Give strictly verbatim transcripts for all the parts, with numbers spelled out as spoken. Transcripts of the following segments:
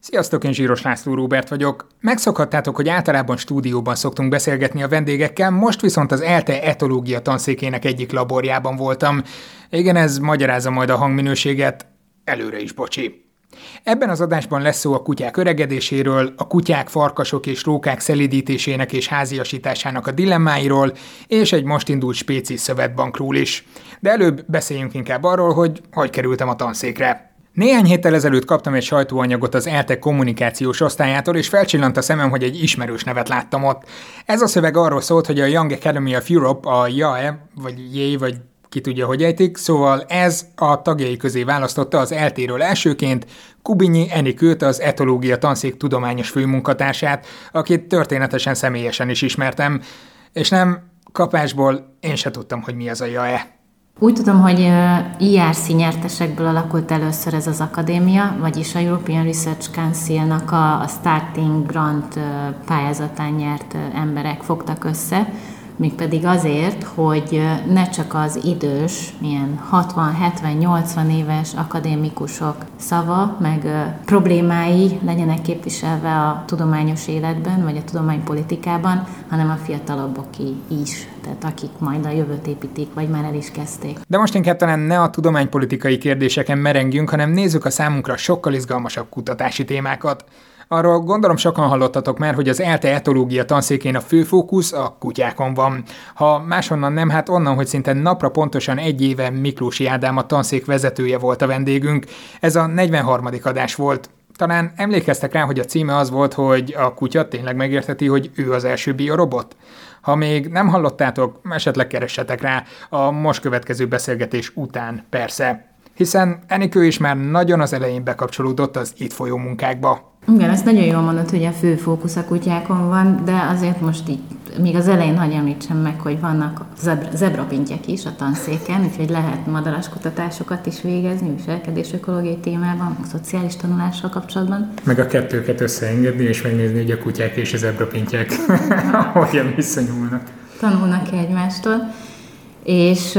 Sziasztok, én Zsíros László Róbert vagyok. Megszokhattátok, hogy általában stúdióban szoktunk beszélgetni a vendégekkel, most viszont az ELTE etológia tanszékének egyik laborjában voltam. Igen, ez magyarázza majd a hangminőséget, előre is bocsi. Ebben az adásban lesz szó a kutyák öregedéséről, a kutyák, farkasok és rókák szelídítésének és háziasításának a dilemmáiról, és egy most indult spéci szövetbankról is. De előbb beszéljünk inkább arról, hogy hogy kerültem a tanszékre. Néhány héttel ezelőtt kaptam egy sajtóanyagot az ELTE kommunikációs osztályától, és felcsillant a szemem, hogy egy ismerős nevet láttam ott. Ez a szöveg arról szólt, hogy a Young Academy of Europe, a jé á e, vagy jé, vagy ki tudja, hogy ejtik, szóval ez a tagjai közé választotta az ELTE-ről elsőként Kubinyi Enikőt, az etológia tanszék tudományos főmunkatársát, akit történetesen személyesen is ismertem, és nem kapásból én se tudtam, hogy mi az a jé á e. Úgy tudom, hogy i er cé nyertesekből alakult először ez az akadémia, vagyis a European Research Council-nak a, a Starting Grant pályázatán nyert emberek fogtak össze, mégpedig azért, hogy ne csak az idős, ilyen hatvan, hetven, nyolcvan éves akadémikusok szava, meg problémái legyenek képviselve a tudományos életben, vagy a tudománypolitikában, hanem a fiatalabboké is, tehát akik majd a jövőt építik, vagy már el is kezdték. De most inkább talán ne a tudománypolitikai kérdéseken merengjünk, hanem nézzük a számunkra sokkal izgalmasabb kutatási témákat. Arról gondolom sokan hallottatok már, hogy az ELTE etológia tanszékén a fő fókusz a kutyákon van. Ha máshonnan nem, hát onnan, hogy szinte napra pontosan egy éve Miklósi Ádám a tanszék vezetője volt a vendégünk. Ez a negyvenharmadik adás volt. Talán emlékeztek rá, hogy a címe az volt, hogy a kutya tényleg megértheti, hogy ő az első biorobot? Ha még nem hallottátok, esetleg keressetek rá a most következő beszélgetés után, persze. Hiszen Enikő is már nagyon az elején bekapcsolódott az itt folyó munkákba. Igen, ezt nagyon jól mondod, hogy a fő fókusz a kutyákon van, de azért most így, még az elején hagyj említsem meg, hogy vannak zebra, zebrapintjek is a tanszéken, úgyhogy lehet madaras kutatásokat is végezni, viselkedésökológiai témában, meg szociális tanulással kapcsolatban. Meg a kettőket összeengedni, és megnézni, hogy a kutyák és a zebrapintjek hogyan viszonyulnak. Tanulnak egymástól. És,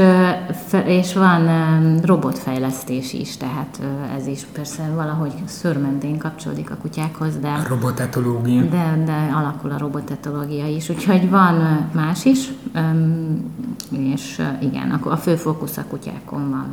és van robotfejlesztés is, tehát ez is persze valahogy szőrmentén kapcsolódik a kutyákhoz, de, a robotetológia. De, de alakul a robotetológia is, úgyhogy van más is, és igen, a fő fókusz a kutyákon van.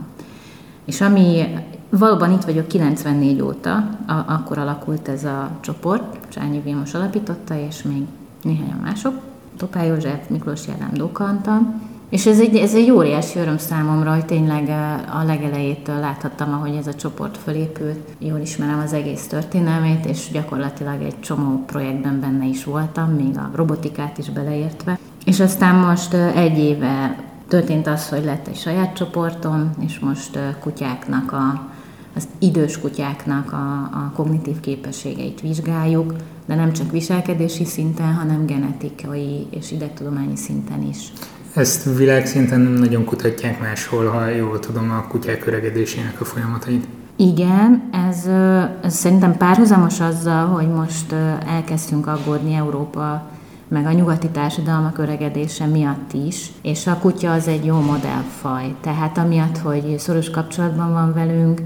És ami valóban itt vagyok kilencvennégy óta, a, akkor alakult ez a csoport, Csányi Vilmos alapította, és még néhányan mások, Topály József, Miklósi Ádám, Dóka Antal. És ez egy, ez egy óriási öröm számomra, hogy tényleg a legelejétől láthattam, ahogy ez a csoport fölépült. Jól ismerem az egész történelmét, és gyakorlatilag egy csomó projektben benne is voltam, még a robotikát is beleértve. És aztán most egy éve történt az, hogy lett egy saját csoportom, és most kutyáknak, a, az idős kutyáknak a, a kognitív képességeit vizsgáljuk, de nem csak viselkedési szinten, hanem genetikai és idegtudományi szinten is. Ezt világszinten nem nagyon kutatják máshol, ha jól tudom, a kutyák öregedésének a folyamatait. Igen, ez, ez szerintem párhuzamos azzal, hogy most elkezdtünk aggódni Európa, meg a nyugati társadalmak öregedése miatt is, és a kutya az egy jó modellfaj. Tehát amiatt, hogy szoros kapcsolatban van velünk,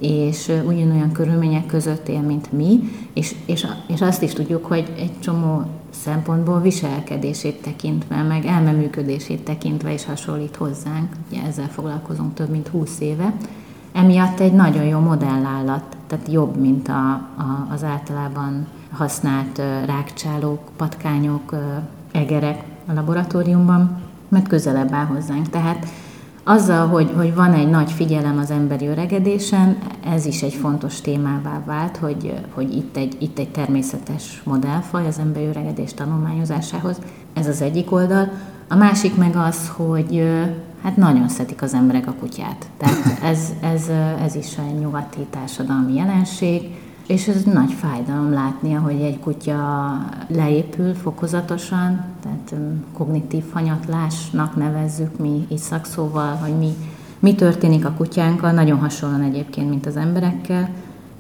és ugyanolyan körülmények között él, mint mi, és, és, és azt is tudjuk, hogy egy csomó szempontból viselkedését tekintve, meg elmeműködését tekintve is hasonlít hozzánk. Ugye ezzel foglalkozunk több mint húsz éve. Emiatt egy nagyon jó modellállat, tehát jobb, mint a, a, az általában használt rákcsálók, patkányok, egerek a laboratóriumban, mert közelebb áll hozzánk. Tehát azzal, hogy, hogy van egy nagy figyelem az emberi öregedésen, ez is egy fontos témává vált, hogy, hogy itt, egy, itt egy természetes modellfaj az emberi öregedés tanulmányozásához. Ez az egyik oldal. A másik meg az, hogy hát nagyon szeretik az emberek a kutyát. Tehát ez, ez, ez is egy nyugati társadalmi jelenség, és ez nagy fájdalom látni, hogy egy kutya leépül fokozatosan, tehát kognitív hanyatlásnak nevezzük mi így szakszóval, hogy mi, mi történik a kutyánkkal, nagyon hasonlóan egyébként, mint az emberekkel,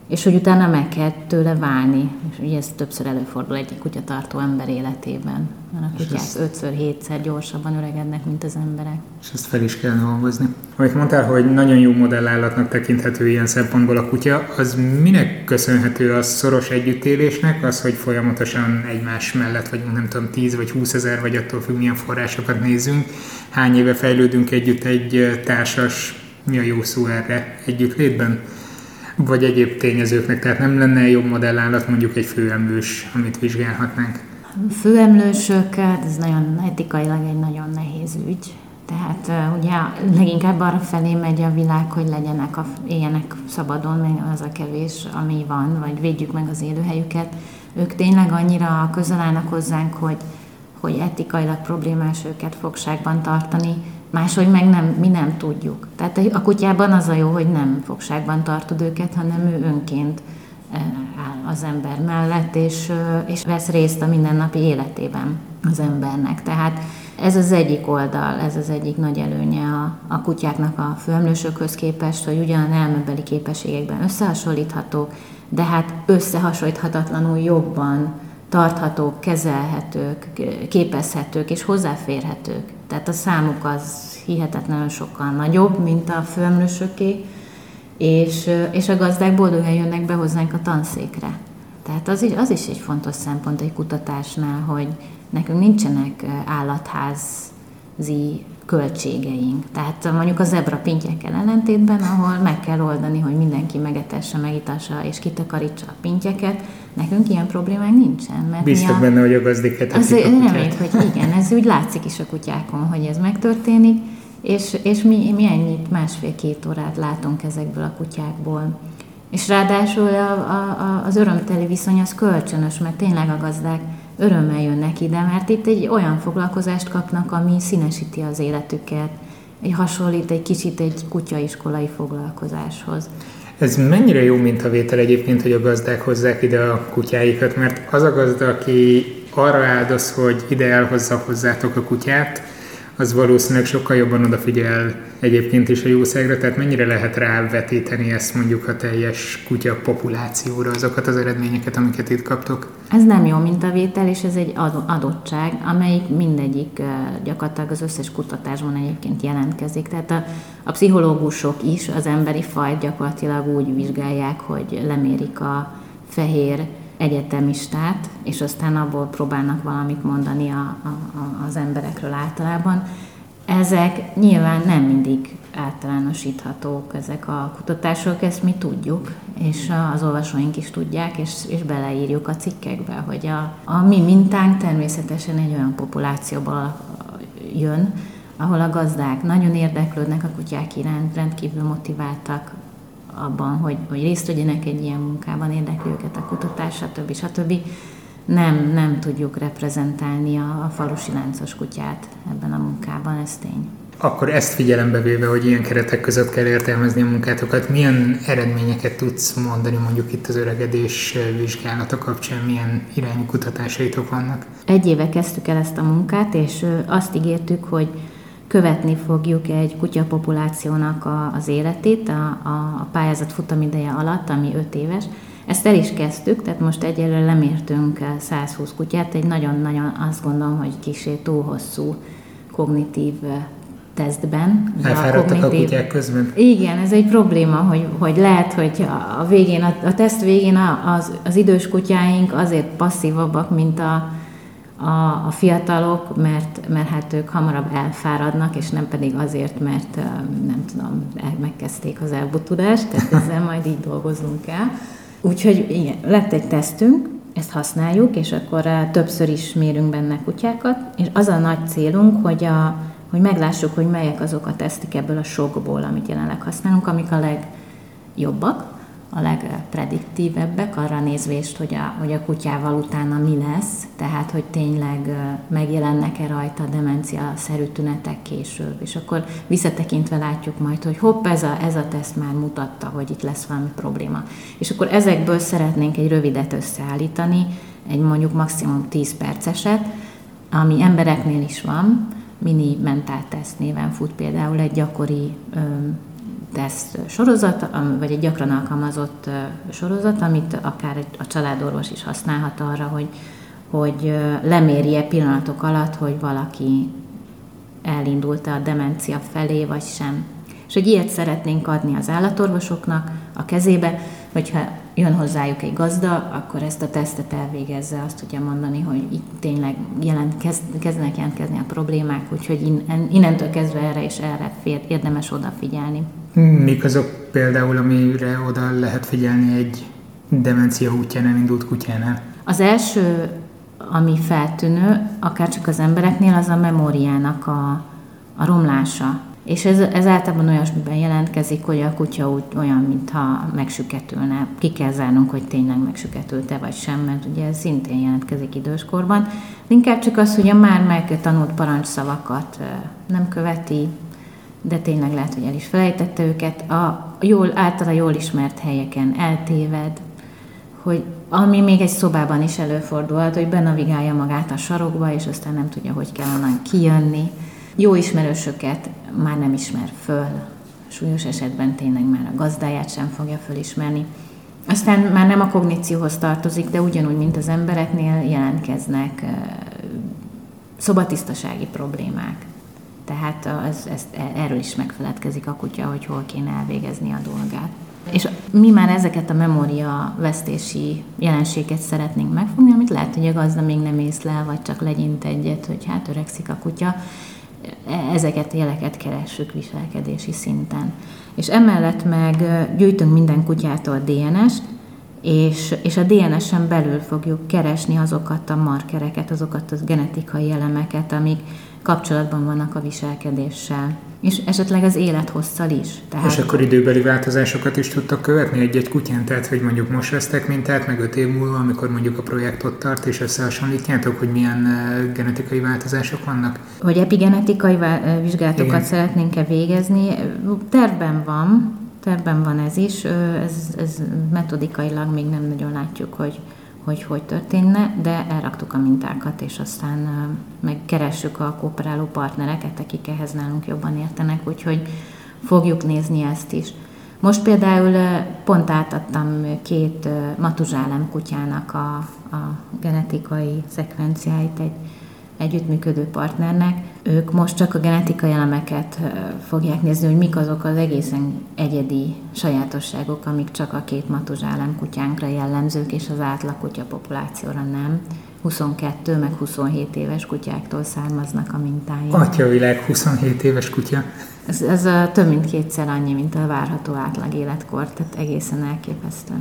és hogy utána meg kell tőle válni. És ugye ez többször előfordul egy kutyatartó ember életében. Mert a kutyák ötször-hétszer gyorsabban öregednek, mint az emberek. És ezt fel is kell dolgozni. Amit mondtál, hogy nagyon jó modellállatnak tekinthető ilyen szempontból a kutya, az minek köszönhető? A szoros együttélésnek, az, hogy folyamatosan egymás mellett vagyunk, nem tudom, tíz vagy húszezer, vagy attól függ, milyen forrásokat nézzünk. Hány éve fejlődünk együtt egy társas, mi a jó szó erre, együttlétben? Vagy egyéb tényezőknek, tehát nem lenne jobb modellállat mondjuk egy főemlős, amit vizsgálhatnánk? Főemlősök, ez nagyon etikailag egy nagyon nehéz ügy. Tehát ugye leginkább arra felé megy a világ, hogy legyenek, a, éljenek szabadon, meg az a kevés, ami van, vagy védjük meg az élőhelyüket. Ők tényleg annyira közel állnak hozzánk, hogy, hogy etikailag problémás őket fogságban tartani, máshogy meg nem, mi nem tudjuk. Tehát a kutyában az a jó, hogy nem fogságban tartod őket, hanem ő önként áll az ember mellett, és, és vesz részt a mindennapi életében az embernek. Tehát ez az egyik oldal, ez az egyik nagy előnye a, a kutyáknak a főemlősökhöz képest, hogy ugyan elmebeli képességekben összehasonlíthatók, de hát összehasonlíthatatlanul jobban tarthatók, kezelhetők, képezhetők és hozzáférhetők. Tehát a számuk az hihetetlenül sokkal nagyobb, mint a főemlősöké, és, és a gazdák boldogan jönnek be hozzánk a tanszékre. Tehát az, az is egy fontos szempont egy kutatásnál, hogy nekünk nincsenek állatházi költségeink. Tehát mondjuk a zebrapintjekkel ellentétben, ahol meg kell oldani, hogy mindenki megetesse, megitassa és kitakarítsa a pintyeket, nekünk ilyen problémánk nincsen. Mert Biztos a, benne, hogy a gazdik etetik a kutyát. Reméljük, hogy igen, ez úgy látszik is a kutyákon, hogy ez megtörténik, és, és mi, mi ennyit, másfél-két órát látunk ezekből a kutyákból. És ráadásul a, a, az örömteli viszony az kölcsönös, mert tényleg a gazdák örömmel jönnek ide, mert itt egy olyan foglalkozást kapnak, ami színesíti az életüket, egy hasonlít egy kicsit egy kutyaiskolai foglalkozáshoz. Ez mennyire jó mintavétel egyébként, hogy a gazdák hozzák ide a kutyáikat, mert az a gazda, aki arra áldoz, hogy ide elhozza hozzátok a kutyát, az valószínűleg sokkal jobban odafigyel egyébként is a jószágra, tehát mennyire lehet rávetíteni ezt mondjuk a teljes kutya populációra, azokat az eredményeket, amiket itt kaptok? Ez nem jó mintavétel, és ez egy adottság, amelyik mindegyik gyakorlatilag az összes kutatásban egyébként jelentkezik. Tehát a, a pszichológusok is az emberi fajt gyakorlatilag úgy vizsgálják, hogy lemérik a fehér egyetemistát, és aztán abból próbálnak valamit mondani a, a, az emberekről általában. Ezek nyilván nem mindig általánosíthatók, ezek a kutatások, ezt mi tudjuk, és az olvasóink is tudják, és, és beleírjuk a cikkekbe, hogy a, a mi mintánk természetesen egy olyan populációból jön, ahol a gazdák nagyon érdeklődnek a kutyák iránt, rendkívül motiváltak abban, hogy, hogy részt vegyenek egy ilyen munkában, érdekli őket a kutatás, stb. stb. Nem, nem tudjuk reprezentálni a, a falusi láncos kutyát ebben a munkában, ez tény. Akkor ezt figyelembe véve, hogy ilyen keretek között kell értelmezni a munkátokat, milyen eredményeket tudsz mondani mondjuk itt az öregedés vizsgálata kapcsán, milyen irányú kutatásaitok vannak? Egy éve kezdtük el ezt a munkát, és azt ígértük, hogy követni fogjuk egy kutyapopulációnak a, az életét a, a pályázat futamideje alatt, ami öt éves. Ezt el is kezdtük, tehát most egyelőre lemértünk száz húsz kutyát, egy nagyon-nagyon azt gondolom, hogy kicsit túl hosszú kognitív tesztben. Elfáradtak a, kognitív... a kutyák közben? Igen, ez egy probléma, hogy, hogy lehet, hogy a, végén, a, a teszt végén az, az idős kutyáink azért passzívabbak, mint a A, a fiatalok, mert, mert hát ők hamarabb elfáradnak, és nem pedig azért, mert nem tudom, megkezdték az elbutulást, tehát ezzel majd így dolgozunk el. Úgyhogy igen, lett egy tesztünk, ezt használjuk, és akkor többször is mérünk benne kutyákat, és az a nagy célunk, hogy, a, hogy meglássuk, hogy melyek azok a tesztek ebből a sokból, amit jelenleg használunk, amik a legjobbak, a legprediktívebbek, arra nézvést, hogy a, hogy a kutyával utána mi lesz, tehát hogy tényleg megjelennek-e rajta demencia-szerű tünetek később, és akkor visszatekintve látjuk majd, hogy hopp, ez a, ez a teszt már mutatta, hogy itt lesz valami probléma. És akkor ezekből szeretnénk egy rövidet összeállítani, egy mondjuk maximum tíz perceset, ami embereknél is van, mini mentálteszt néven fut például egy gyakori teszt sorozat, vagy egy gyakran alkalmazott sorozat, amit akár a családorvos is használhat arra, hogy, hogy lemérje pillanatok alatt, hogy valaki elindult-e a demencia felé, vagy sem. És hogy ilyet szeretnénk adni az állatorvosoknak a kezébe, hogyha jön hozzájuk egy gazda, akkor ezt a tesztet elvégezze, azt tudja mondani, hogy itt tényleg jelent, kezd, kezdenek jelentkezni a problémák, úgyhogy innentől kezdve erre és erre fér, érdemes odafigyelni. Mik azok például, amire oda lehet figyelni egy demencia útján elindult kutyánál? Az első, ami feltűnő, akár csak az embereknél, az a memóriának a, a romlása. És ez, ez általában olyasmiben jelentkezik, hogy a kutya úgy olyan, mintha megsüketülne. Ki kell zárnunk, hogy tényleg megsüketült-e vagy sem, mert ugye ez szintén jelentkezik időskorban. Inkább csak az, hogy a már megtanult parancsszavakat nem követi, de tényleg lehet, hogy el is felejtette őket. A jól, általa jól ismert helyeken eltéved, hogy ami még egy szobában is előfordulhat, hogy benavigálja magát a sarokba, és aztán nem tudja, hogy kell onnan kijönni. Jó ismerősöket már nem ismer föl, súlyos esetben tényleg már a gazdáját sem fogja fölismerni. Aztán már nem a kognícióhoz tartozik, de ugyanúgy, mint az embereknél jelentkeznek szobatisztasági problémák. Tehát ez, ez, erről is megfeledkezik a kutya, hogy hol kéne elvégezni a dolgát. És mi már ezeket a memória vesztési jelenséget szeretnénk megfogni, amit lehet, hogy a gazda még nem észlel, vagy csak legyint egyet, hogy hát öregszik a kutya. Ezeket jeleket keressük viselkedési szinten. És emellett meg gyűjtünk minden kutyától dé en est, és, és a dé en esen belül fogjuk keresni azokat a markereket, azokat a genetikai elemeket, amik kapcsolatban vannak a viselkedéssel. És esetleg az élethosszal is. Tehát... És akkor időbeli változásokat is tudtak követni egy-egy kutyán? Tehát, hogy mondjuk most vesztek mintát, meg öt év múlva, amikor mondjuk a projekt ott tart, és összehasonlítjátok, hogy milyen genetikai változások vannak? Hogy epigenetikai vizsgálatokat Igen. szeretnénk-e végezni? Tervben van, tervben van ez is. Ez, ez metodikailag még nem nagyon látjuk, hogy hogy hogy történne, de elraktuk a mintákat, és aztán megkeressük a kooperáló partnereket, akik ehhez nálunk jobban értenek, úgyhogy fogjuk nézni ezt is. Most például pont átadtam két matuzsálem kutyának a, a genetikai szekvenciáit egy együttműködő partnernek. Ők most csak a genetikai elemeket fogják nézni, hogy mik azok az egészen egyedi sajátosságok, amik csak a két matuzsálem kutyánkra jellemzők, és az átlag kutya populációra nem. huszonkettő meg huszonhét éves kutyáktól származnak a mintáink. Atyavilág, huszonhét éves kutya. Ez, ez a több mint kétszer annyi, mint a várható átlag életkor, tehát egészen elképesztő.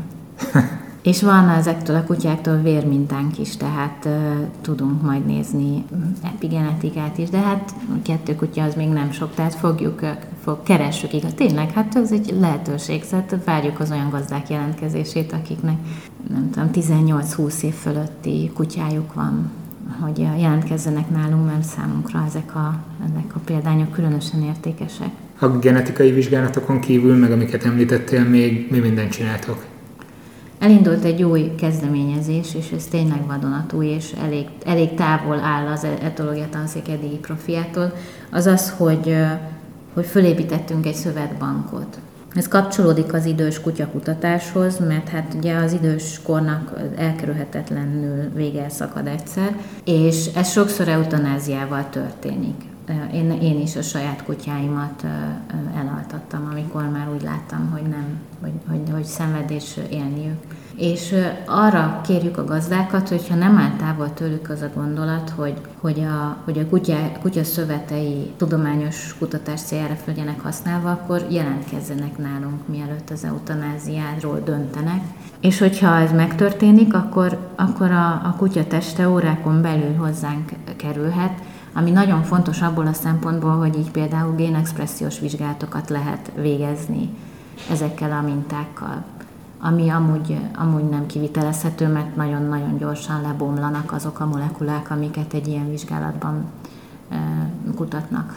És van ezektől a kutyáktól vérmintánk is, tehát uh, tudunk majd nézni epigenetikát is, de hát kettő kutya az még nem sok, tehát fogjuk, fog, keressük igaz. Tényleg, hát ez egy lehetőség, szóval várjuk az olyan gazdák jelentkezését, akiknek nem tudom, tizennyolc-húsz év fölötti kutyájuk van, hogy jelentkezzenek nálunk, mert számunkra ezek a, ezek a példányok különösen értékesek. A genetikai vizsgálatokon kívül, meg amiket említettél, még mi mindent csináltok? Elindult egy új kezdeményezés, és ez tényleg vadonatúj, és elég, elég távol áll az etológia tanszék eddigi profiától, az az, hogy, hogy fölépítettünk egy szövetbankot. Ez kapcsolódik az idős kutyakutatáshoz, mert hát ugye az idős kornak elkerülhetetlenül vége szakad egyszer, és ez sokszor eutanáziával történik. Én, én is a saját kutyáimat elaltattam, amikor már úgy láttam, hogy nem, hogy, hogy, hogy szenvedés élniük. És arra kérjük a gazdákat, hogyha nem áll távol tőlük az a gondolat, hogy, hogy a, hogy a kutya, kutya szövetei tudományos kutatás céljára legyenek használva, akkor jelentkezzenek nálunk, mielőtt az eutanáziáról döntenek. És hogyha ez megtörténik, akkor, akkor a, a kutya teste órákon belül hozzánk kerülhet, ami nagyon fontos abból a szempontból, hogy így például génexpressziós vizsgálatokat lehet végezni ezekkel a mintákkal, ami amúgy, amúgy nem kivitelezhető, mert nagyon-nagyon gyorsan lebomlanak azok a molekulák, amiket egy ilyen vizsgálatban e, kutatnak.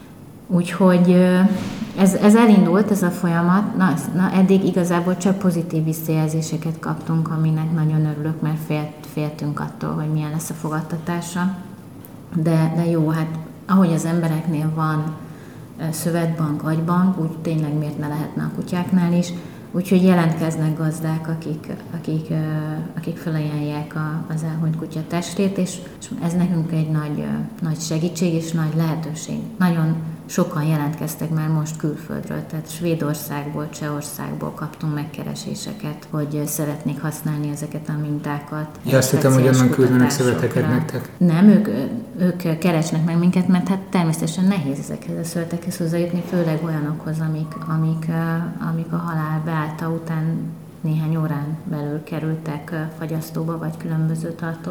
Úgyhogy ez, ez elindult, ez a folyamat. Na, na, eddig igazából csak pozitív visszajelzéseket kaptunk, aminek nagyon örülök, mert félt, féltünk attól, hogy milyen lesz a fogadtatása. De, de jó, hát ahogy az embereknél van szövetbank, agybank, úgy tényleg miért ne lehetne a kutyáknál is. Úgyhogy jelentkeznek gazdák, akik, akik, akik felajánlják az elhunyt kutya testét, és, és ez nekünk egy nagy, nagy segítség és nagy lehetőség. Nagyon sokan jelentkeztek már most külföldről, tehát Svédországból, Csehországból kaptunk megkereséseket, hogy szeretnék használni ezeket a mintákat. Ja, azt hittem, hogy onnan küldenek szöveteket nektek. Nem, ők, ők keresnek meg minket, mert hát természetesen nehéz ezekhez a szövetekhez hozzájutni, főleg olyanokhoz, amik, amik, amik a halál beállta után néhány órán belül kerültek fagyasztóba, vagy különböző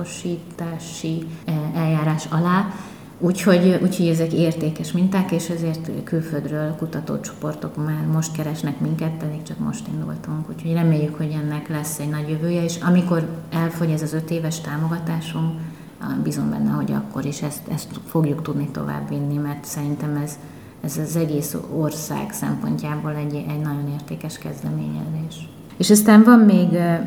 tartósítási eljárás alá. Úgyhogy, úgyhogy ezek értékes minták, és ezért külföldről kutatócsoportok már most keresnek minket, pedig csak most indultunk. Úgyhogy reméljük, hogy ennek lesz egy nagy jövője, és amikor elfogy ez az öt éves támogatásunk, bízom benne, hogy akkor is ezt, ezt fogjuk tudni továbbvinni, mert szerintem ez, ez az egész ország szempontjából egy, egy nagyon értékes kezdeményezés. És aztán van még,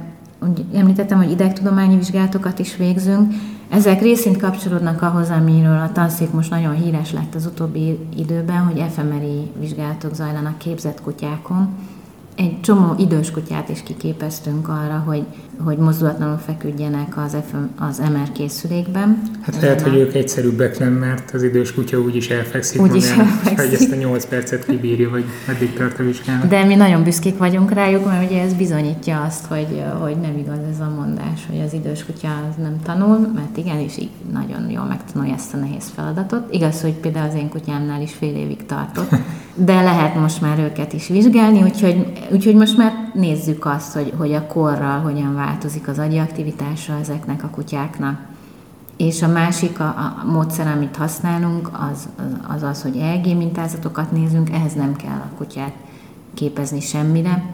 úgy említettem, hogy idegtudományi vizsgálatokat is végzünk. Ezek részint kapcsolódnak ahhoz, amiről a tanszék most nagyon híres lett az utóbbi időben, hogy efemeri vizsgálatok zajlanak képzett kutyákon. Egy csomó idős kutyát is kiképeztünk arra, hogy, hogy mozdulatlanul feküdjenek az, F M, az em er készülékben. Hát lehet, hogy ők egyszerűbbek nem, mert az idős kutya úgyis elfekszik, úgyis elfekszik. Hogy ezt a nyolc percet kibírja, vagy meddig tart a vizsgálat. De mi nagyon büszkék vagyunk rájuk, mert ugye ez bizonyítja azt, hogy, hogy nem igaz ez a mondás, hogy az idős kutya az nem tanul, mert igenis nagyon jól megtanulja ezt a nehéz feladatot. Igaz, hogy például az én kutyámnál is fél évig tartott, de lehet most már őket is vizsgálni, úgyhogy, úgyhogy most már nézzük azt, hogy, hogy a korral hogyan változik az agyi aktivitása ezeknek a kutyáknak. És a másik a, a módszer, amit használunk, az, az az, hogy E E G mintázatokat nézünk, ehhez nem kell a kutyát képezni semmire,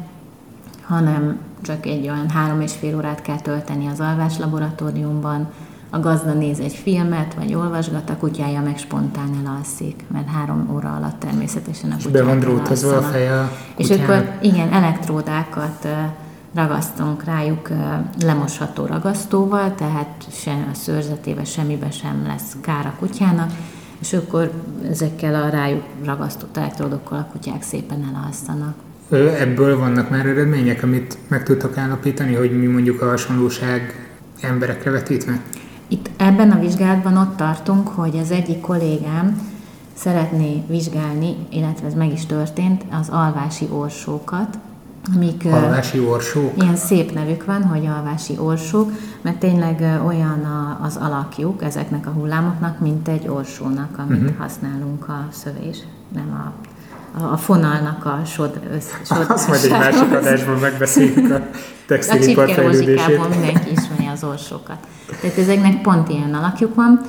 hanem csak egy olyan három és fél órát kell tölteni az alvás laboratóriumban, a gazda néz egy filmet, vagy olvasgat, a kutyája meg spontán elalszik, mert három óra alatt természetesen a kutyák be van drótozva a feje a és akkor igen, elektródákat ragasztunk rájuk lemosható ragasztóval, tehát se a szőrzetével semmibe sem lesz kár a kutyának, és akkor ezekkel a rájuk ragasztott elektródokkal a kutyák szépen elalszanak. Ebből vannak már eredmények, amit meg tudtak állapítani, hogy mi mondjuk a hasonlóság emberekre vetítve? Itt ebben a vizsgálatban ott tartunk, hogy az egyik kollégám szeretné vizsgálni, illetve ez meg is történt, az alvási orsókat, amik... Alvási orsók? Ilyen szép nevük van, hogy alvási orsók, mert tényleg olyan a, az alakjuk ezeknek a hullámoknak, mint egy orsónak, amit uh-huh. használunk a szövés, nem a a fonalnak a sod, sodrásához. Azt majd egy másik adásban megbeszéljük a textilipar fejlődését. A csipke mindenki ismeri az orsókat. Tehát ezeknek pont ilyen alakjuk van,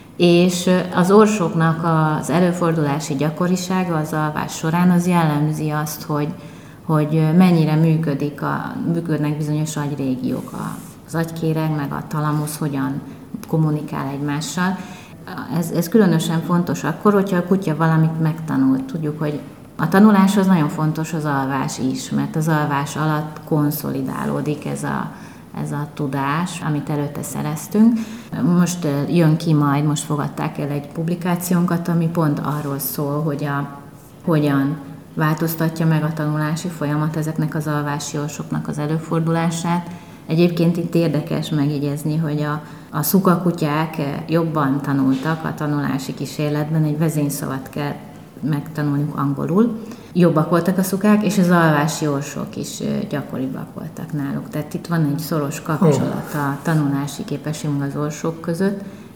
és az orsóknak az előfordulási gyakorisága az alvás során az jellemzi azt, hogy, hogy mennyire működik a, működnek bizonyos agyrégiók, az agykéreg, meg a talamusz hogyan kommunikál egymással. Ez, ez különösen fontos akkor, hogyha a kutya valamit megtanult. Tudjuk, hogy a tanuláshoz nagyon fontos az alvás is, mert az alvás alatt konszolidálódik ez a, ez a tudás, amit előtte szereztünk. Most jön ki majd, most fogadták el egy publikációnkat, ami pont arról szól, hogy a, hogyan változtatja meg a tanulási folyamat ezeknek az alvási orsoknak az előfordulását. Egyébként itt érdekes megjegyezni, hogy a, a szukakutyák jobban tanultak a tanulási kísérletben, egy vezényszavat kell megtanulniuk angolul. Jobbak voltak a szukák, és az alvási orsók is gyakoribbak voltak náluk. Tehát itt van egy szoros kapcsolat a tanulási képességünk az orsók között,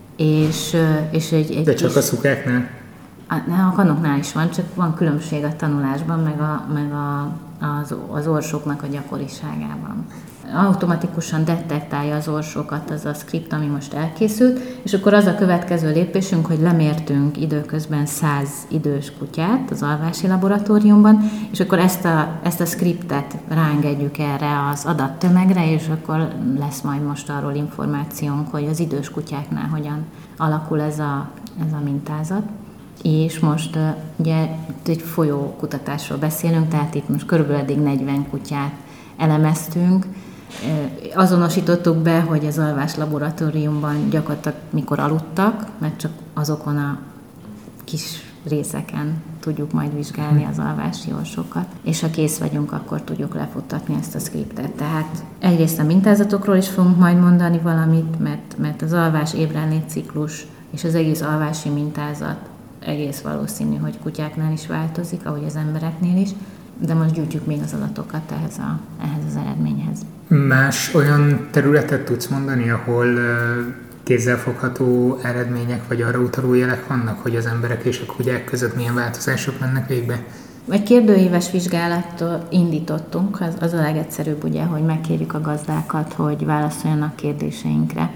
és, és egy, egy De csak kis... a szukáknál? A, a kanoknál is van, csak van különbség a tanulásban, meg, a, meg a, az, az orsóknak a gyakoriságában. Automatikusan detektálja az orsókat az a script, ami most elkészült, és akkor az a következő lépésünk, hogy lemértünk időközben száz idős kutyát az alvási laboratóriumban, és akkor ezt a, ezt a scriptet ráengedjük erre az adattömegre, és akkor lesz majd most arról információnk, hogy az idős kutyáknál hogyan alakul ez a, ez a mintázat. És most ugye egy folyó kutatásról beszélünk, tehát itt most körülbelül eddig negyven kutyát elemeztünk, azonosítottuk be, hogy az alvás laboratóriumban gyakorlatilag mikor aludtak, mert csak azokon a kis részeken tudjuk majd vizsgálni az alvási orsokat, és ha kész vagyunk, akkor tudjuk lefuttatni ezt a skriptet. Tehát egyrészt a mintázatokról is fogunk majd mondani valamit, mert, mert az alvás ébrenlét ciklus és az egész alvási mintázat egész valószínű, hogy kutyáknál is változik, ahogy az embereknél is, de most gyűjtjük még az adatokat ehhez, a, ehhez az eredményhez. Más olyan területet tudsz mondani, ahol kézzelfogható eredmények vagy arra utaló jelek vannak, hogy az emberek és a kutyák között milyen változások mennek végbe? Egy kérdőíves vizsgálattól indítottunk, az, az a legegyszerűbb ugye, hogy megkérjük a gazdákat, hogy válaszoljanak kérdéseinkre.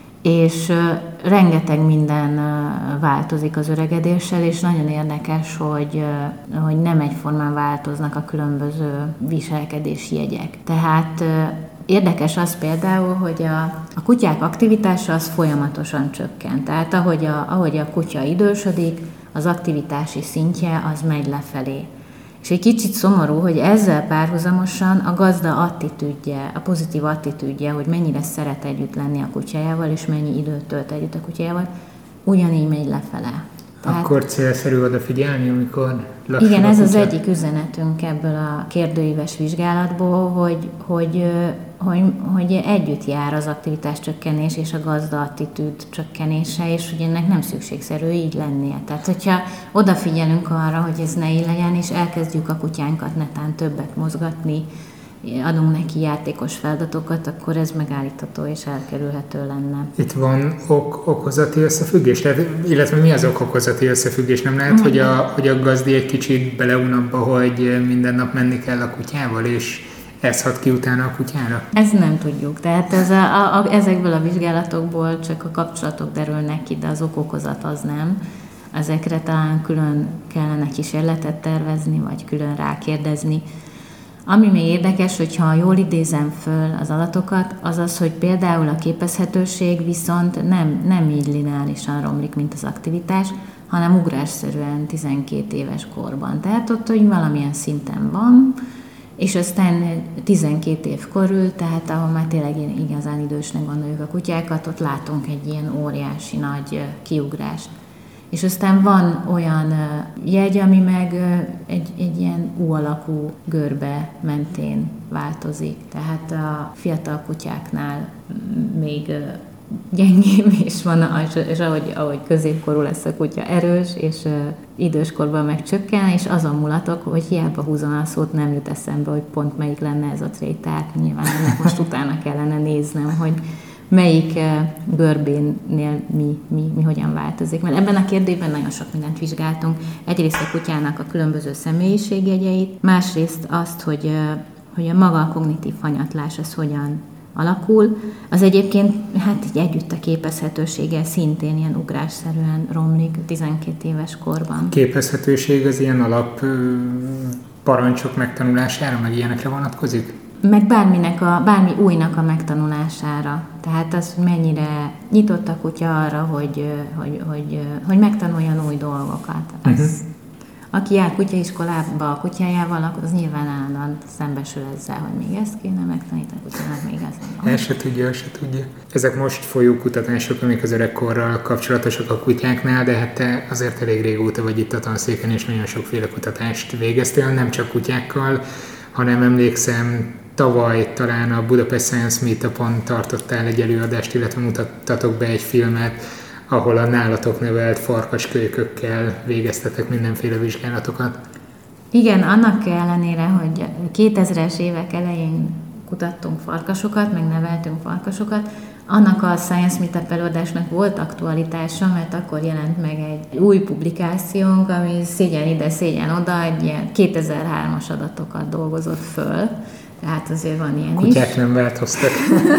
És uh, rengeteg minden uh, változik az öregedéssel, és nagyon érdekes, hogy, uh, hogy nem egyformán változnak a különböző viselkedési jegyek. Tehát uh, érdekes az például, hogy a, a kutyák aktivitása az folyamatosan csökken. Tehát ahogy a, ahogy a kutya idősödik, az aktivitási szintje az megy lefelé. És egy kicsit szomorú, hogy ezzel párhuzamosan a gazda attitűdje, a pozitív attitűdje, hogy mennyire szeret együtt lenni a kutyájával, és mennyi időt tölt együtt a kutyájával, ugyanígy megy lefele. Tehát, akkor célszerű odafigyelni, amikor lassul igen, ez a az egyik üzenetünk ebből a kérdőíves vizsgálatból, hogy, hogy, hogy, hogy együtt jár az aktivitás csökkenés és a gazda attitűd csökkenése, és hogy ennek nem szükségszerű így lennie. Tehát, hogyha odafigyelünk arra, hogy ez ne így legyen, és elkezdjük a kutyánkat netán többet mozgatni, adunk neki játékos feladatokat, akkor ez megállítható és elkerülhető lenne. Itt van ok- okozati összefüggés? Tehát, illetve mi az ok-okozati összefüggés? Nem lehet, hogy a, hogy a gazdi egy kicsit beleun abba, hogy minden nap menni kell a kutyával, és ez hat ki utána a kutyára? Ezt nem tudjuk. Tehát ez a, a, a, ezekből a vizsgálatokból csak a kapcsolatok derülnek ki, de az ok-okozat az nem. Ezekre talán külön kellene kísérletet tervezni, vagy külön rákérdezni. Ami még érdekes, hogyha jól idézem föl az adatokat, az az, hogy például a képezhetőség viszont nem, nem így lineárisan romlik, mint az aktivitás, hanem ugrásszerűen tizenkét éves korban. Tehát ott, hogy valamilyen szinten van, és aztán tizenkét év körül, tehát ahol már tényleg igazán idősnek gondoljuk a kutyákat, ott látunk egy ilyen óriási nagy kiugrást. És aztán van olyan jegy, ami meg egy, egy ilyen U-alakú görbe mentén változik. Tehát a fiatal kutyáknál még gyengébb, és, van, és ahogy, ahogy középkorú lesz a kutya erős, és időskorban meg csökken, és azon mulatok, hogy hiába húzom a szót, nem jut eszembe, hogy pont melyik lenne ez a trait. Tehát nyilván ennek most utána kellene néznem, hogy melyik görbénél mi, mi, mi hogyan változik. Mert ebben a kérdésben nagyon sok mindent vizsgáltunk. Egyrészt a kutyának a különböző személyiségjegyeit, másrészt azt, hogy, hogy a maga a kognitív hanyatlás az hogyan alakul. Az egyébként hát így együtt a képezhetőséggel szintén ilyen ugrásszerűen romlik tizenkét éves korban. Képezhetőség az ilyen alap parancsok megtanulására, meg ilyenekre vonatkozik? Meg bárminek a, bármi újnak a megtanulására. Tehát az, hogy mennyire nyitott a kutya arra, hogy, hogy, hogy, hogy megtanuljon új dolgokat. Az, uh-huh. Aki jár kutyaiskolába a kutyájával, az nyilván állandóan szembesül ezzel, hogy még ezt kéne megtanítani a kutyának, még ezt nem. El se tudja, el se tudja. Ezek most folyó kutatások, amik az öregkorral kapcsolatosak a kutyáknál, de hát te azért elég régóta vagy itt a tanszéken, és nagyon sokféle kutatást végeztél, nem csak kutyákkal, hanem emlékszem, tavaly talán a Budapest Science Meetupon tartottál egy előadást, illetve mutattatok be egy filmet, ahol a nálatok nevelt farkaskölykökkel végeztetek mindenféle vizsgálatokat. Igen, annak ellenére, hogy kétezres évek elején kutattunk farkasokat, meg neveltünk farkasokat, annak a Science Meetup előadásnak volt aktualitása, mert akkor jelent meg egy új publikációnk, ami szégyen ide, szégyen oda, egy ilyen kétezer-hármas adatokat dolgozott föl, tehát azért van ilyen Kutyák is. Kutyák nem változtak.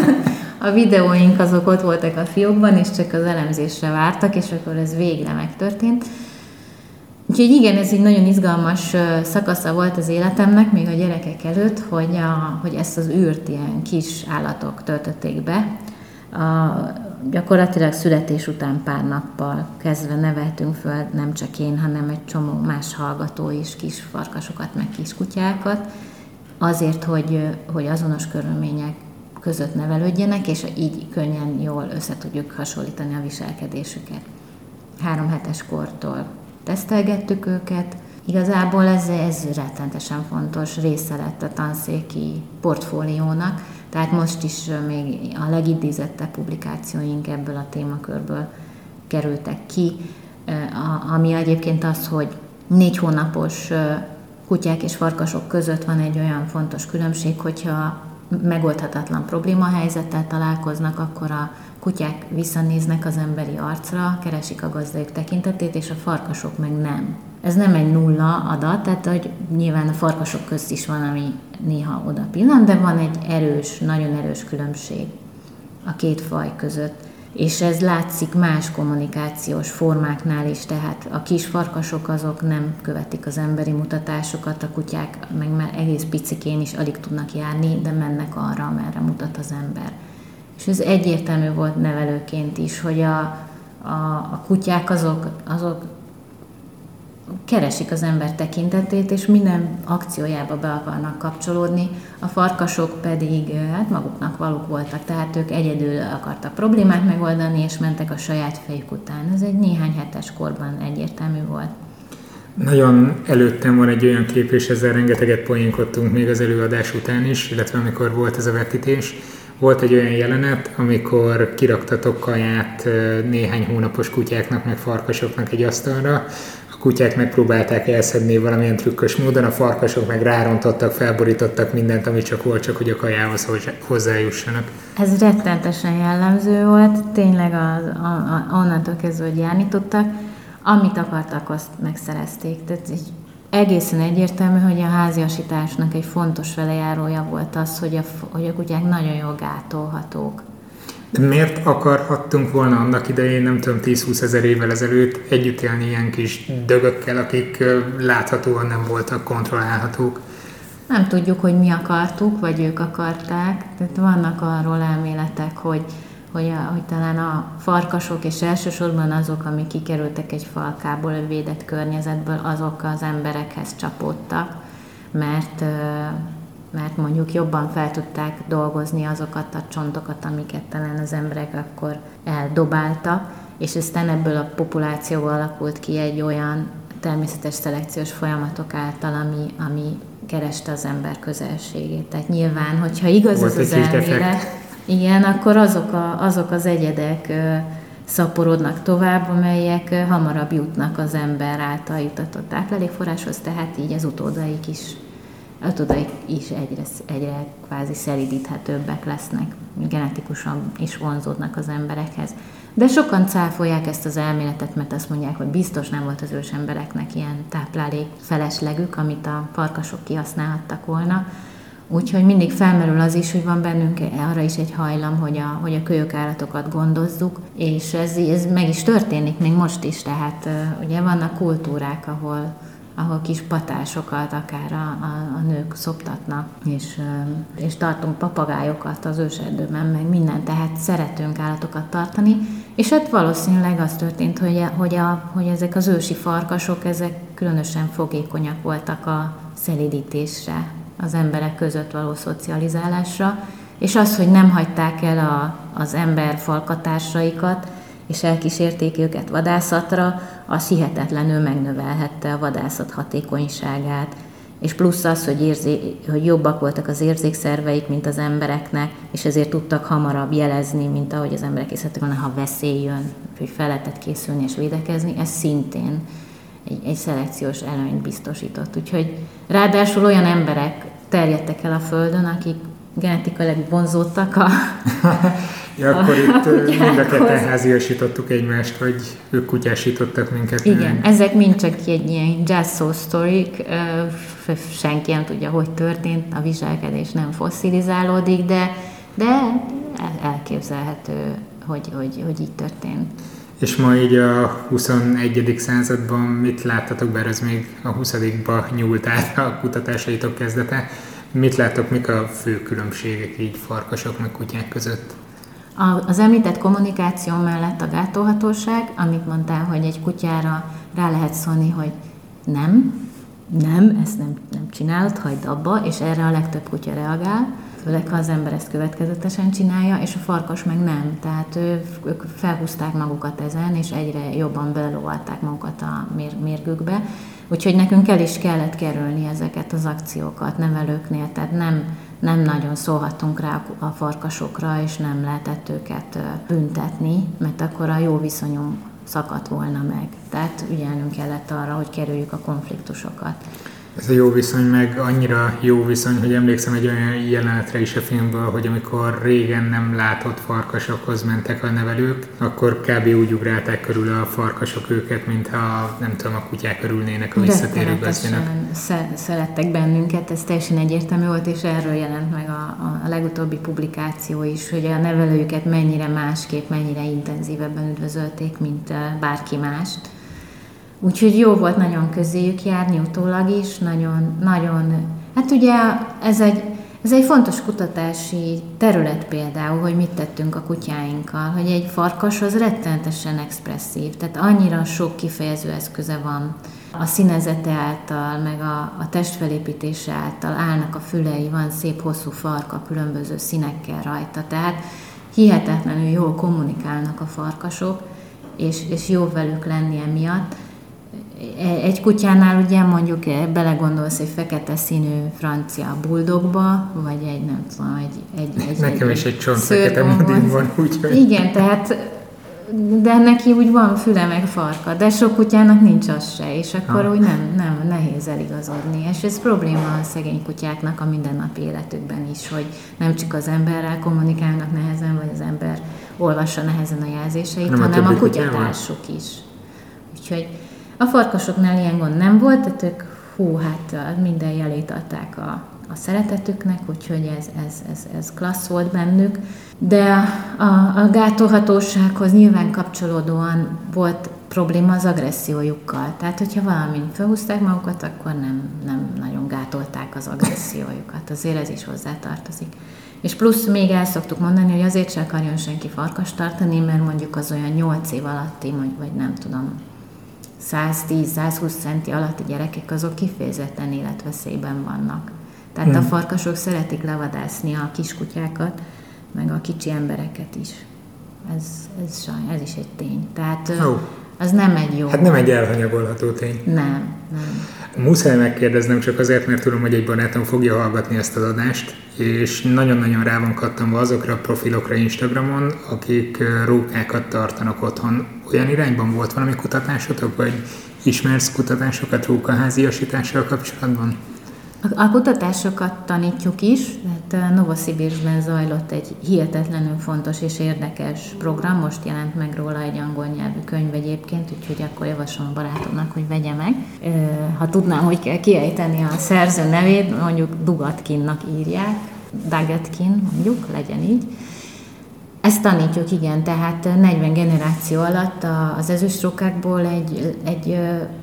A videóink azok ott voltak a fiókban, és csak az elemzésre vártak, és akkor ez végre megtörtént. Úgyhogy igen, ez egy nagyon izgalmas szakasza volt az életemnek, még a gyerekek előtt, hogy, a, hogy ezt az űrt ilyen kis állatok töltötték be. A, gyakorlatilag születés után pár nappal kezdve neveltünk föl, nem csak én, hanem egy csomó más hallgató is, kis farkasokat, meg kis kutyákat, azért, hogy, hogy azonos körülmények között nevelődjenek, és így könnyen, jól össze tudjuk hasonlítani a viselkedésüket. Három hetes kortól tesztelgettük őket, Igazából ez, ez rettentesen fontos része lett a tanszéki portfóliónak, tehát most is még a legidézettebb publikációink ebből a témakörből kerültek ki, ami egyébként az, hogy négy hónapos kutyák és farkasok között van egy olyan fontos különbség, hogyha megoldhatatlan problémahelyzettel találkoznak, akkor a kutyák visszanéznek az emberi arcra, keresik a gazdájuk tekintetét, és a farkasok meg nem. Ez nem egy nulla adat, tehát hogy nyilván a farkasok közt is van, ami néha oda pillant, de van egy erős, nagyon erős különbség a két faj között. És ez látszik más kommunikációs formáknál is, tehát a kis farkasok azok nem követik az emberi mutatásokat, a kutyák meg már egész picikén is alig tudnak járni, de mennek arra, amerre mutat az ember. És ez egyértelmű volt nevelőként is, hogy a, a, a kutyák azok, azok keresik az ember tekintetét, és minden akciójába be akarnak kapcsolódni, a farkasok pedig hát maguknak valók voltak, tehát ők egyedül akartak problémát megoldani, és mentek a saját fejük után. Ez egy néhány hetes korban egyértelmű volt. Nagyon előttem van egy olyan kép, és ezzel rengeteget poénkodtunk még az előadás után is, illetve amikor volt ez a vetítés. Volt egy olyan jelenet, amikor kiraktatok kaját néhány hónapos kutyáknak, meg farkasoknak egy asztalra. A kutyák megpróbálták elszedni valamilyen trükkös módon, a farkasok meg rárontottak, felborítottak mindent, ami csak volt, csak hogy a kajához hozzájussanak. Ez rettentesen jellemző volt, tényleg az, a, a, onnantól kezdve, hogy járni tudtak. Amit akartak, azt megszerezték. Tehát így egészen egyértelmű, hogy a háziasításnak egy fontos velejárója volt az, hogy a, hogy a kutyák nagyon jól gátolhatók. De miért akarhattunk volna annak idején, nem tudom, tíz-húsz ezer évvel ezelőtt együtt élni ilyen kis dögökkel, akik láthatóan nem voltak kontrollálhatók? Nem tudjuk, hogy mi akartuk, vagy ők akarták. Tehát vannak arról elméletek, hogy, hogy, a, hogy talán a farkasok, és elsősorban azok, amik kikerültek egy falkából, egy védett környezetből, azok az emberekhez csapódtak, mert... mert mondjuk jobban fel tudták dolgozni azokat a csontokat, amiket talán az emberek akkor eldobáltak, és aztán ebből a populációval alakult ki egy olyan természetes szelekciós folyamatok által, ami, ami kereste az ember közelségét. Tehát nyilván, hogyha igaz volt az az elmélet, igen, akkor azok, a, azok az egyedek ö, szaporodnak tovább, amelyek hamarabb jutnak az ember által jutatott táplálékforráshoz, tehát így az utódaik is utódaik is egyre, egyre kvázi szelídíthetőbbek lesznek, genetikusan is vonzódnak az emberekhez. De sokan cáfolják ezt az elméletet, mert azt mondják, hogy biztos nem volt az ős embereknek ilyen táplálék feleslegük, amit a farkasok kihasználhattak volna. Úgyhogy mindig felmerül az is, hogy van bennünk arra is egy hajlam, hogy a, hogy a kölyökállatokat gondozzuk, és ez, ez meg is történik még most is, tehát ugye vannak kultúrák, ahol ahol kis patásokat akár a, a, a nők szoptatnak, és, és tartunk papagájokat az őserdőben, meg minden, tehát szeretünk állatokat tartani, és hát valószínűleg az történt, hogy, hogy, a, hogy ezek az ősi farkasok, ezek különösen fogékonyak voltak a szelídítésre, az emberek között való szocializálásra, és az, hogy nem hagyták el a, az ember falkatársaikat, és elkísérték őket vadászatra, az hihetetlenül megnövelhette a vadászat hatékonyságát. És plusz az, hogy, érzé, hogy jobbak voltak az érzékszerveik, mint az embereknek, és ezért tudtak hamarabb jelezni, mint ahogy az emberek készítettek volna, ha veszély jön, hogy fel lehetett készülni és védekezni, ez szintén egy, egy szelekciós előnyt biztosított. Úgyhogy ráadásul olyan emberek terjedtek el a Földön, akik genetikailag vonzódtak a... Ja, akkor itt mind a ketten háziasítottuk egymást, vagy ők kutyásítottak minket. Igen, ezek mind csak egy ilyen jazz soul sztorik, senki nem tudja, hogy történt, a viselkedés nem fosszilizálódik, de, de elképzelhető, hogy, hogy, hogy így történt. És ma így a huszonegyedik században mit láttatok, bár ez még a huszadikba nyúlt át a kutatásaitok kezdete, mit láttok, mik a fő különbségek így farkasok meg kutyák között? Az említett kommunikáció mellett a gátolhatóság, amit mondtál, hogy egy kutyára rá lehet szólni, hogy nem, nem, ezt nem, nem csinálod, hagyd abba, és erre a legtöbb kutya reagál, főleg ha az ember ezt következetesen csinálja, és a farkas meg nem. Tehát ő, ők felhúzták magukat ezen, és egyre jobban belelovalták magukat a mér, mérgükbe. Úgyhogy nekünk el is kellett kerülni ezeket az akciókat nevelőknél, tehát nem, nem nagyon szólhattunk rá a farkasokra, és nem lehetett őket büntetni, mert akkor a jó viszonyunk szakadt volna meg. Tehát ügyelnünk kellett arra, hogy kerüljük a konfliktusokat. Ez a jó viszony meg annyira jó viszony, hogy emlékszem egy olyan jelenetre is a filmből, hogy amikor régen nem látott farkasokhoz mentek a nevelők, akkor kb. Úgy ugrálták körül a farkasok őket, mintha nem tudom, a kutyák körülnének a visszatérő gazdinak. Szerettek bennünket, ez teljesen egyértelmű volt, és erről jelent meg a, a legutóbbi publikáció is, hogy a nevelőjüket mennyire másképp, mennyire intenzívebben üdvözölték, mint bárki mást. Úgyhogy jó volt nagyon közéjük járni utólag is, nagyon, nagyon, hát ugye ez egy, ez egy fontos kutatási terület például, hogy mit tettünk a kutyáinkkal, hogy egy farkas az rettenetesen expresszív, tehát annyira sok kifejező eszköze van. A színezete által, meg a, a testfelépítése által állnak a fülei, van szép hosszú farka különböző színekkel rajta, tehát hihetetlenül jól kommunikálnak a farkasok, és, és jó velük lenni emiatt. Egy kutyánál ugye mondjuk belegondolsz egy fekete színű francia bulldogba, vagy egy nem tudom, egy... egy, egy Nekem egy, is egy csont fekete modin van, úgyhogy... Igen, tehát, de neki úgy van füle meg farka, de sok kutyának nincs az se, és akkor ah. úgy nem, nem nehéz eligazodni. És ez probléma a szegény kutyáknak a mindennapi életükben is, hogy nem csak az emberrel kommunikálnak nehezen, vagy az ember olvassa nehezen a jelzéseit, nem hanem a, a kutyatársuk is. Úgyhogy a farkasoknál ilyen gond nem volt, tehát ők hú, hát minden jelét adták a, a szeretetüknek, úgyhogy ez, ez, ez, ez klassz volt bennük. De a, a, a gátolhatósághoz nyilván kapcsolódóan volt probléma az agressziójukkal. Tehát, hogyha valamin felhúzták magukat, akkor nem, nem nagyon gátolták az agressziójukat. Azért ez is hozzátartozik. És plusz még el szoktuk mondani, hogy azért se akarjon senki farkast tartani, mert mondjuk az olyan nyolc év alatti, vagy nem tudom, száztíz-százhúsz centi alatti gyerekek, azok kifejezetten életveszélyben vannak. Tehát hmm. a farkasok szeretik levadászni a kiskutyákat, meg a kicsi embereket is. Ez, ez, ez is egy tény. Tehát oh. az nem egy jó... Hát nem egy elhanyagolható tény. Nem, nem. Muszáj megkérdeznem csak azért, mert tudom, hogy egy barátom fogja hallgatni ezt az adást, és nagyon-nagyon rá van kattanva azokra a profilokra Instagramon, akik rókákat tartanak otthon. Olyan irányban volt valami kutatásotok, vagy ismersz kutatásokat rókaháziasítással kapcsolatban? A kutatásokat tanítjuk is, tehát Novoszibirsben zajlott egy hihetetlenül fontos és érdekes program, most jelent meg róla egy angol nyelvű könyv egyébként, úgyhogy akkor javaslom a barátomnak, hogy vegye meg. Ha tudnám, hogy kell kiejteni a szerző nevét, mondjuk Dugatkinnak írják, Dagetkin mondjuk, legyen így. Ezt tanítjuk, igen, tehát negyven generáció alatt az ezüstrókákból egy, egy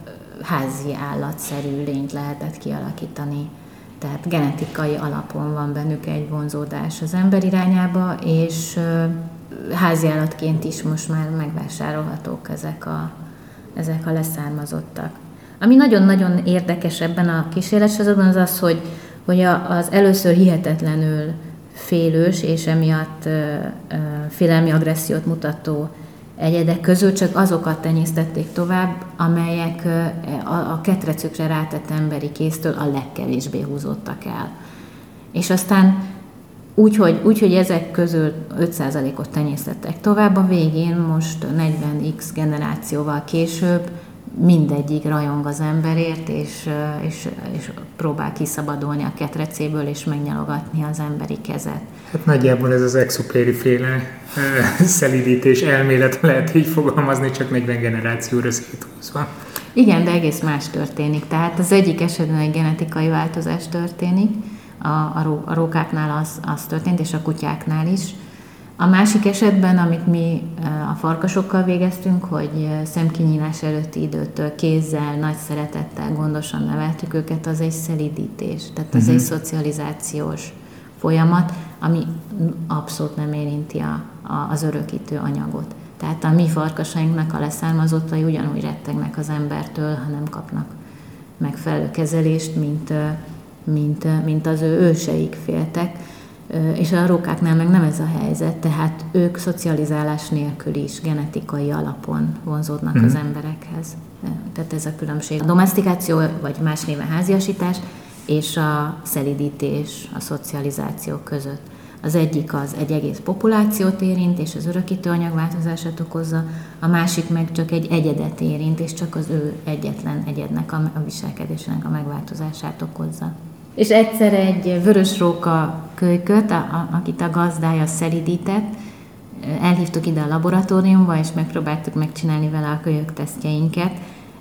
házi állatszerű lényt lehetett kialakítani. Tehát genetikai alapon van bennük egy vonzódás az ember irányába, és házi állatként is most már megvásárolhatók ezek a, ezek a leszármazottak. Ami nagyon-nagyon érdekes ebben a kísérletsorozatban az az, hogy, hogy az először hihetetlenül félős és emiatt félelmi agressziót mutató egyedek közül csak azokat tenyésztették tovább, amelyek a ketrecükre rátett emberi kéztől a legkevésbé húzódtak el. És aztán úgy, hogy, úgy, hogy ezek közül öt százalékot tenyésztettek tovább, a végén most negyven x generációval később mindegyik rajong az emberért, és, és, és próbál kiszabadulni a ketrecéből, és megnyalogatni az emberi kezet. Hát nagyjából ez az Exupéry féle szelídítés elmélet lehet így fogalmazni, csak negyven generációra széthúzva. Igen, de egész más történik. Tehát az egyik esetben egy genetikai változás történik, a, a, ró, a rókáknál az, az történt, és a kutyáknál is. A másik esetben, amit mi a farkasokkal végeztünk, hogy szemkinyílás előtti időtől kézzel, nagy szeretettel, gondosan neveltük őket, az egy szelídítés. Tehát az uh-huh. egy szocializációs folyamat, ami abszolút nem érinti a, a, az örökítő anyagot. Tehát a mi farkasainknak a leszármazottai ugyanúgy rettegnek az embertől, ha nem kapnak megfelelő kezelést, mint, mint, mint az ő őseik féltek. És a rókáknál meg nem ez a helyzet, tehát ők szocializálás nélkül is genetikai alapon vonzódnak mm. az emberekhez. Tehát ez a különbség. A domesztikáció, vagy más néven háziasítás, és a szelídítés, a szocializáció között. Az egyik az egy egész populációt érint, és az örökítő anyagváltozását okozza, a másik meg csak egy egyedet érint, és csak az ő egyetlen egyednek a viselkedésének a megváltozását okozza. És egyszer egy vörösróka kölyköt, a, a, akit a gazdája szelídített, elhívtuk ide a laboratóriumba, és megpróbáltuk megcsinálni vele a kölyök tesztjeinket,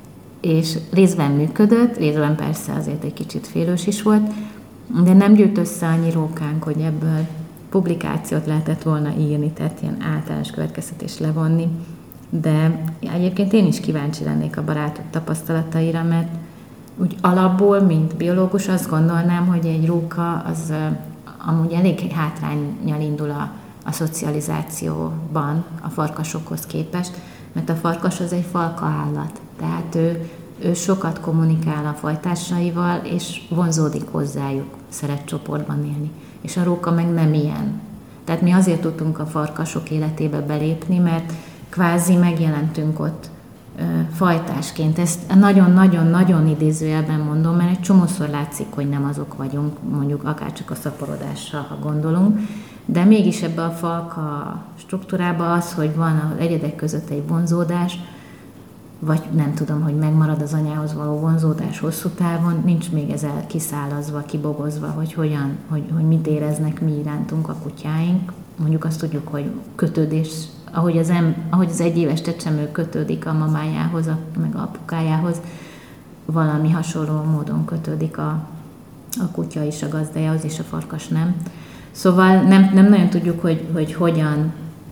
és részben működött, részben persze azért egy kicsit félős is volt, de nem gyűlt össze annyi rókánk, hogy ebből publikációt lehetett volna írni, tehát ilyen általános következtetést levonni. De egyébként én is kíváncsi lennék a barátok tapasztalataira, mert úgy alapból, mint biológus azt gondolnám, hogy egy róka az amúgy elég hátránnyal indul a, a szocializációban a farkasokhoz képest, mert a farkas az egy falka állat, tehát ő, ő sokat kommunikál a fajtársaival, és vonzódik hozzájuk, szeret csoportban élni. És a róka meg nem ilyen. Tehát mi azért tudtunk a farkasok életébe belépni, mert kvázi megjelentünk ott ö, fajtásként. Ezt nagyon-nagyon-nagyon idézőjelben mondom, mert egy csomószor látszik, hogy nem azok vagyunk, mondjuk akárcsak a szaporodásra, ha gondolunk, de mégis ebbe a falka struktúrába az, hogy van az egyedek között egy vonzódás, vagy nem tudom, hogy megmarad az anyához való vonzódás hosszú távon, nincs még ezzel kiszálazva, kibogozva, hogy hogyan, hogy, hogy mit éreznek mi irántunk a kutyáink. Mondjuk azt tudjuk, hogy kötődés, ahogy az, em, ahogy az egyéves csecsemő kötődik a mamájához, a, meg a apukájához, valami hasonló módon kötődik a, a kutya is a gazdájához, és a farkas nem. Szóval nem, nem nagyon tudjuk, hogy, hogy hogyan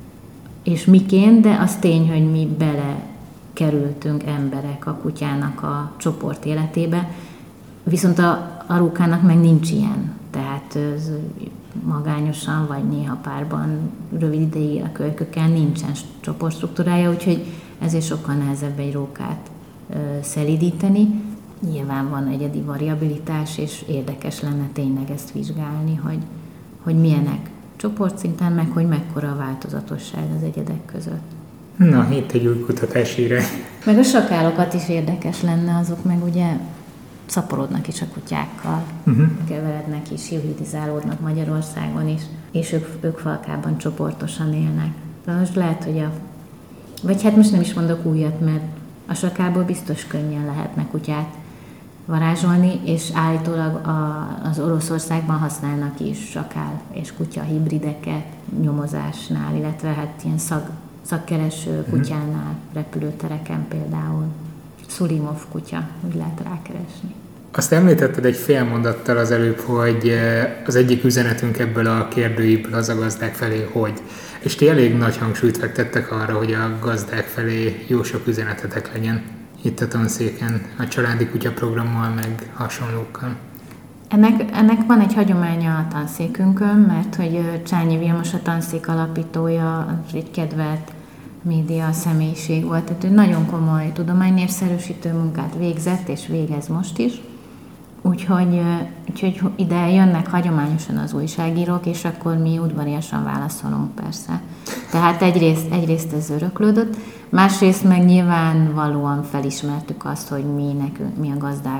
és miként, de az tény, hogy mi bele kerültünk emberek a kutyának a csoport életébe, viszont a, a rókának meg nincs ilyen. Tehát ez magányosan, vagy néha párban rövid ideig a kölykökkel nincsen csoportstruktúrája, úgyhogy ezért sokkal nehezebb egy rókát ö, szelídíteni. Nyilván van egyedi variabilitás, és érdekes lenne tényleg ezt vizsgálni, hogy, hogy milyenek csoportszinten, meg hogy mekkora a változatosság az egyedek között. Na, itt egy új kutatási irány. Meg a sakálokat is érdekes lenne, azok meg ugye szaporodnak is a kutyákkal, uh-huh. keverednek is, hibridizálódnak Magyarországon is, és ők, ők falkában csoportosan élnek. De most lehet, hogy a... Vagy hát most nem is mondok újat, mert a sakából biztos könnyen lehetne kutyát varázsolni, és állítólag a, az Oroszországban használnak is sakál és kutya hibrideket nyomozásnál, illetve hát ilyen szag szakkereső kutyánál, repülőtereken például. Szulimov kutya, úgy lehet rákeresni. Azt említetted egy fél mondattal az előbb, hogy az egyik üzenetünk ebből a kérdőívből az a gazdák felé, hogy. És ti elég nagy hangsúlyt fektettek arra, hogy a gazdák felé jó sok üzenetetek legyen itt a tanszéken, a családi kutya programmal, meg hasonlókkal. Ennek, ennek van egy hagyománya a tanszékünkön, mert hogy Csányi Vilmos a tanszék alapítója, egy kedvelt média személyiség volt, tehát ő nagyon komoly tudománynépszerűsítő munkát végzett, és végez most is. Úgyhogy, úgyhogy ide jönnek hagyományosan az újságírók, és akkor mi udvariasan válaszolunk persze. Tehát egyrészt, egyrészt ez öröklődött, másrészt meg nyilvánvalóan felismertük azt, hogy mi, nekünk, mi a gazdák,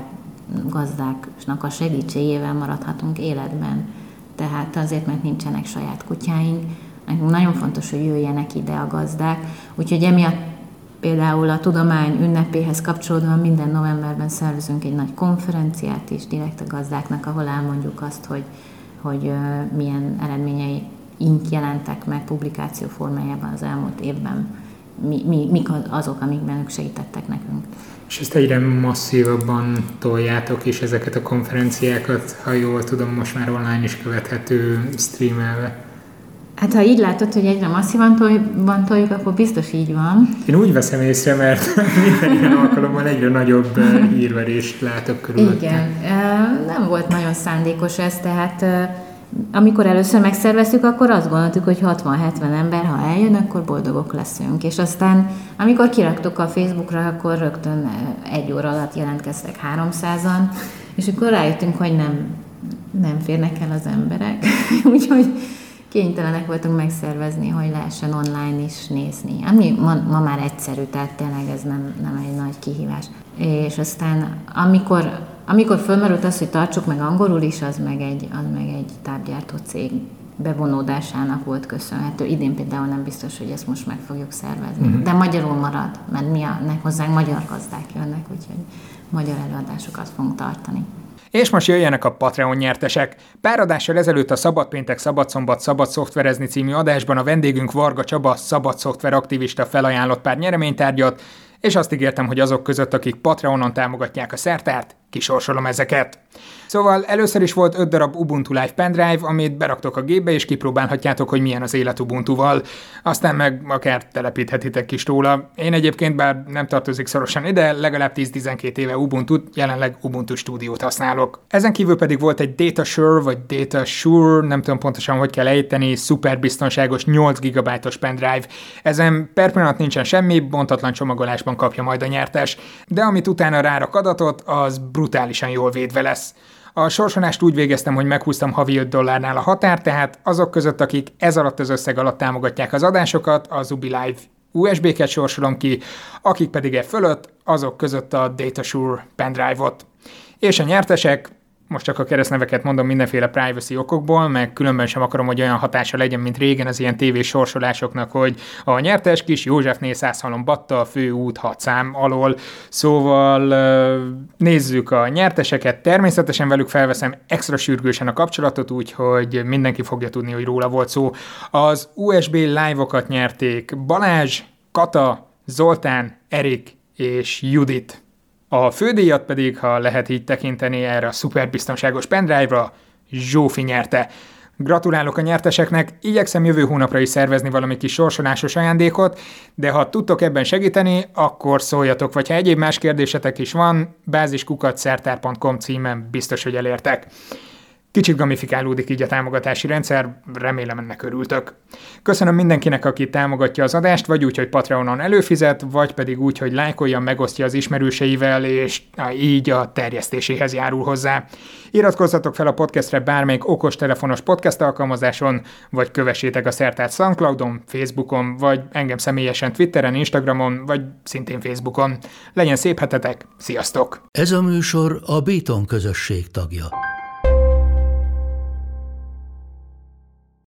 gazdáknak a segítségével maradhatunk életben. Tehát azért, mert nincsenek saját kutyáink, nekünk nagyon fontos, hogy jöjjenek ide a gazdák, úgyhogy emiatt például a tudomány ünnepéhez kapcsolódóan minden novemberben szervezünk egy nagy konferenciát is direkt a gazdáknak, ahol elmondjuk azt, hogy, hogy uh, milyen eredményeink jelentek meg publikáció formájában az elmúlt évben, mi, mi, mik azok, amikben ők segítettek nekünk. És ezt egyre masszívabban toljátok, és ezeket a konferenciákat, ha jól tudom, most már online is követhető, streamelve. Hát ha így látod, hogy egyre masszívan toljuk, akkor biztos így van. Én úgy veszem észre, mert minden ilyen alkalommal egyre nagyobb hírverést látok körülöttem. Igen, nem volt nagyon szándékos ez, tehát amikor először megszerveztük, akkor azt gondoltuk, hogy hatvan-hetven ember, ha eljön, akkor boldogok leszünk. És aztán, amikor kiraktuk a Facebookra, akkor rögtön egy óra alatt jelentkeztek háromszázan, és akkor rájöttünk, hogy nem, nem férnek el az emberek. Úgyhogy kénytelenek voltunk megszervezni, hogy lehessen online is nézni. Ami ma, ma már egyszerű, tehát tényleg ez nem, nem egy nagy kihívás. És aztán amikor, amikor fölmerült az, hogy tartsuk meg angolul is, az meg egy, az meg egy tápgyártó cég bevonódásának volt köszönhető. Idén például nem biztos, hogy ezt most meg fogjuk szervezni. Mm-hmm. De magyarul marad, mert mi a, hozzánk magyar gazdák jönnek, úgyhogy magyar előadásokat fogunk tartani. És most jöjjenek a Patreon nyertesek. Pár adással ezelőtt a Szabad Péntek, Szabad Szombat, Szabad Szoftverezni című adásban a vendégünk Varga Csaba, szabad szoftver aktivista felajánlott pár nyereménytárgyat, és azt ígértem, hogy azok között, akik Patreonon támogatják a szertárt, kisorsolom ezeket. Szóval először is volt öt darab Ubuntu Live pendrive, amit beraktok a gépbe, és kipróbálhatjátok, hogy milyen az élet Ubuntuval. Aztán meg akár telepíthetitek is róla. Én egyébként, bár nem tartozik szorosan ide, legalább tíz-tizenkét éve Ubuntut, jelenleg Ubuntu Studiót használok. Ezen kívül pedig volt egy DataSure, vagy DataSure, nem tudom pontosan, hogy kell ejteni, szuperbiztonságos nyolc gigabájtos pendrive. Ezen per pillanat nincsen semmi, bontatlan csomagolásban kapja majd a nyertes, de amit utána rárak adatot, az brutálisan jól védve lesz. A sorsolást úgy végeztem, hogy meghúztam havi öt dollárnál a határ, tehát azok között, akik ez alatt az összeg alatt támogatják az adásokat, az Ubi Live u es bé-ket sorsolom ki, akik pedig e fölött, azok között a DataSure pendrive-ot. És a nyertesek, most csak a keresztneveket mondom mindenféle privacy okokból, meg különben sem akarom, hogy olyan hatása legyen, mint régen az ilyen tévés sorsolásoknak, hogy a nyertes kis Józsefné Szászhalom Batta a főút hat szám alól. Szóval nézzük a nyerteseket, természetesen velük felveszem extra sürgősen a kapcsolatot, úgyhogy mindenki fogja tudni, hogy róla volt szó. Az u es bé live-okat nyerték Balázs, Kata, Zoltán, Erik és Judit. A fődíjat pedig, ha lehet így tekinteni erre a szuperbiztonságos pendrive-ra, Zsófi nyerte. Gratulálok a nyerteseknek, igyekszem jövő hónapra is szervezni valami kis sorsolásos ajándékot, de ha tudtok ebben segíteni, akkor szóljatok, vagy ha egyéb más kérdésetek is van, báziskukac szertár pont com címen biztos, hogy elértek. Kicsit gamifikálódik így a támogatási rendszer, remélem ennek örültök. Köszönöm mindenkinek, aki támogatja az adást, vagy úgy, hogy Patreonon előfizet, vagy pedig úgy, hogy lájkolja, megosztja az ismerőseivel, és így a terjesztéséhez járul hozzá. Iratkozzatok fel a podcastre bármelyik okostelefonos podcast alkalmazáson, vagy kövessétek a Szertárt SoundCloudon, Facebookon, vagy engem személyesen Twitteren, Instagramon, vagy szintén Facebookon. Legyen szép hetetek, sziasztok! Ez a műsor a Béton közösség tagja.